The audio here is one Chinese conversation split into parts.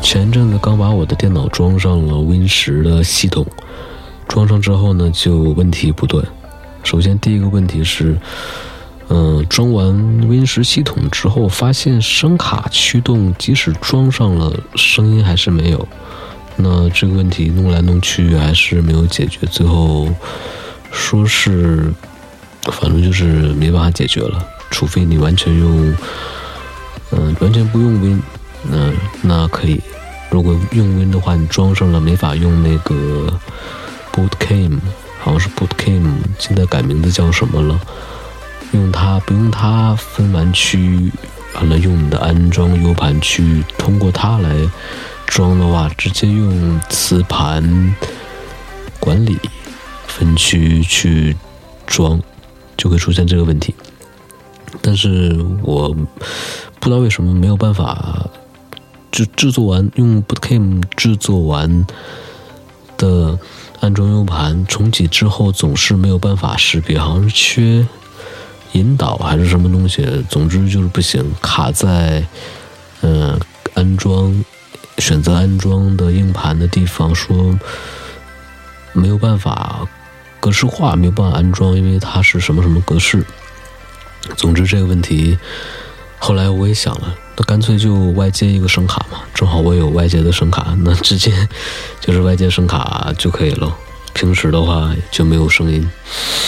前阵子刚把我的电脑装上了 Win10 的系统，装上之后呢，就问题不断。首先第一个问题是，装完 Win10 系统之后，发现声卡驱动即使装上了，声音还是没有。那这个问题弄来弄去还是没有解决，最后说是，反正就是没办法解决了，除非你完全用，完全不用 Win， 那可以。如果用 Win 的话，你装上了没法用那个 Bootcamp， 好像是 Bootcamp， 现在改名字叫什么了？不用它分完区，完了用你的安装 U 盘去通过它来装的话，直接用磁盘管理分区去装，就会出现这个问题。但是我不知道为什么没有办法就制作完，用 Bootcamp 制作完的安装 U 盘重启之后总是没有办法识别，好像是缺引导还是什么东西，总之就是不行，卡在安装选择安装的硬盘的地方，说没有办法格式化，没有办法安装，因为它是什么什么格式。总之这个问题后来我也想了，那干脆就外接一个声卡嘛，正好我有外接的声卡，那直接就是外接声卡就可以了，平时的话就没有声音。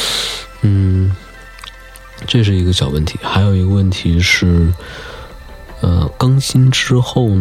这是一个小问题。还有一个问题是更新之后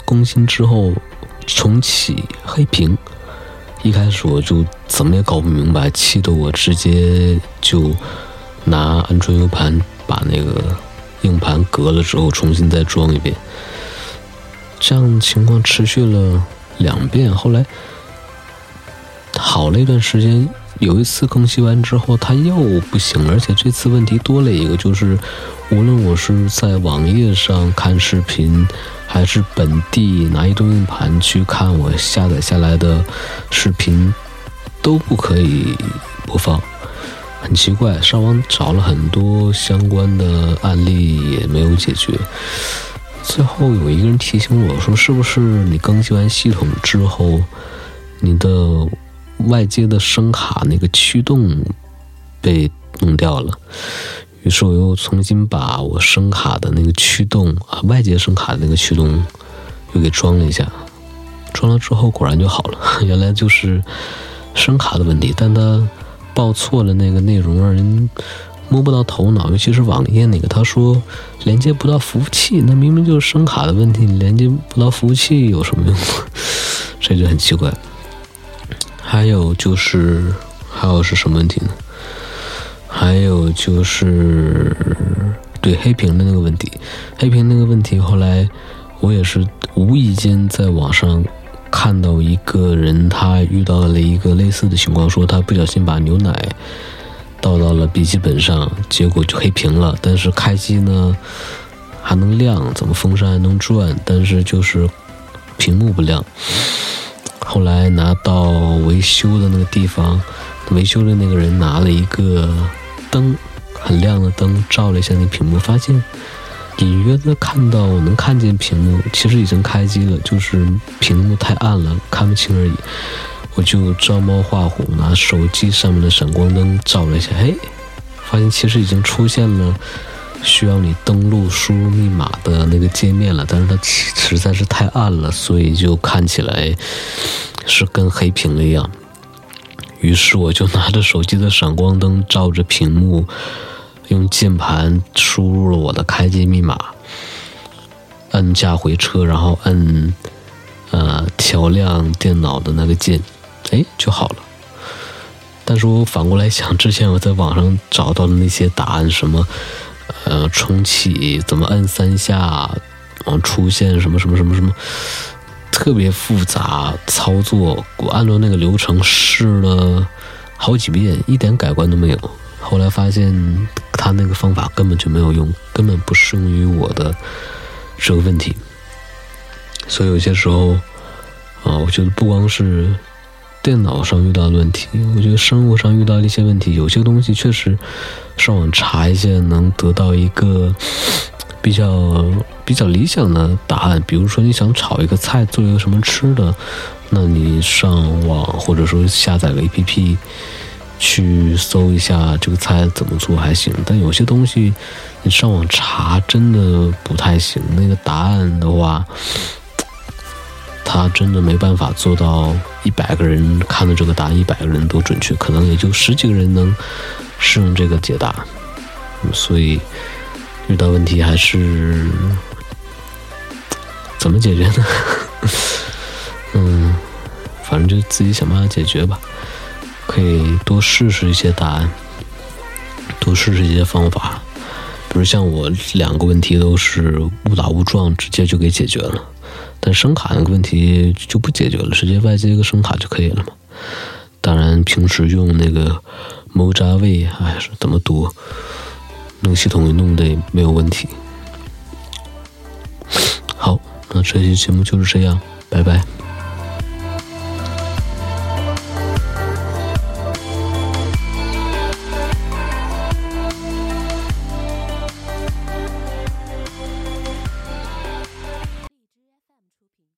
重启黑屏，一开始我就怎么也搞不明白，气得我直接就拿安卓 U 盘把那个硬盘革了之后重新再装一遍，这样情况持续了2遍，后来好了一段时间，有一次更新完之后它又不行，而且这次问题多了一个，就是无论我是在网页上看视频还是本地拿移动硬盘去看我下载下来的视频都不可以播放，很奇怪，上网找了很多相关的案例也没有解决。最后有一个人提醒我说，是不是你更新完系统之后，你的外接的声卡那个驱动被弄掉了？于是我又重新把我声卡的那个驱动外接声卡的那个驱动又给装了一下，装了之后果然就好了，原来就是声卡的问题，但它报错了那个内容，让人摸不到头脑，尤其是网页那个，他说连接不到服务器，那明明就是声卡的问题，你连接不到服务器有什么用？这就很奇怪。还有是什么问题呢？还有就是对黑屏的那个问题，后来我也是无意间在网上看到一个人，他遇到了一个类似的情况，说他不小心把牛奶倒到了笔记本上，结果就黑屏了，但是开机呢还能亮，怎么风扇还能转，但是就是屏幕不亮。后来拿到维修的那个地方，维修的那个人拿了一个灯，很亮的灯照了一下那屏幕，发现隐约的能看见屏幕其实已经开机了，就是屏幕太暗了看不清而已。我就照猫画虎拿手机上面的闪光灯照了一下，发现其实已经出现了需要你登录输入密码的那个界面了，但是它实在是太暗了，所以就看起来是跟黑屏了一样。于是我就拿着手机的闪光灯照着屏幕，用键盘输入了我的开机密码，按下回车，然后按调亮电脑的那个键，就好了。但是我反过来想，之前我在网上找到的那些答案，什么重启怎么按3下出现什么什么什么什么，特别复杂操作，我按照那个流程试了好几遍，一点改观都没有。后来发现他那个方法根本就没有用，根本不适用于我的这个问题。所以有些时候我觉得不光是电脑上遇到的问题，我觉得生活上遇到的一些问题，有些东西确实上网查一下能得到一个比较比较理想的答案。比如说你想炒一个菜，做一个什么吃的，那你上网或者说下载个 APP 去搜一下这个菜怎么做还行。但有些东西你上网查真的不太行，那个答案的话他真的没办法做到100个人看的这个答案100个人都准确，可能也就10几个人能适用这个解答。所以遇到问题还是怎么解决呢？反正就自己想办法解决吧。可以多试试一些答案，多试试一些方法。比如像我2个问题都是误打误撞直接就给解决了，但声卡那个问题就不解决了，直接外接一个声卡就可以了嘛。当然平时用那个 Mojave 还是怎么读，那个系统弄的也没有问题。好，那这期节目就是这样，拜拜。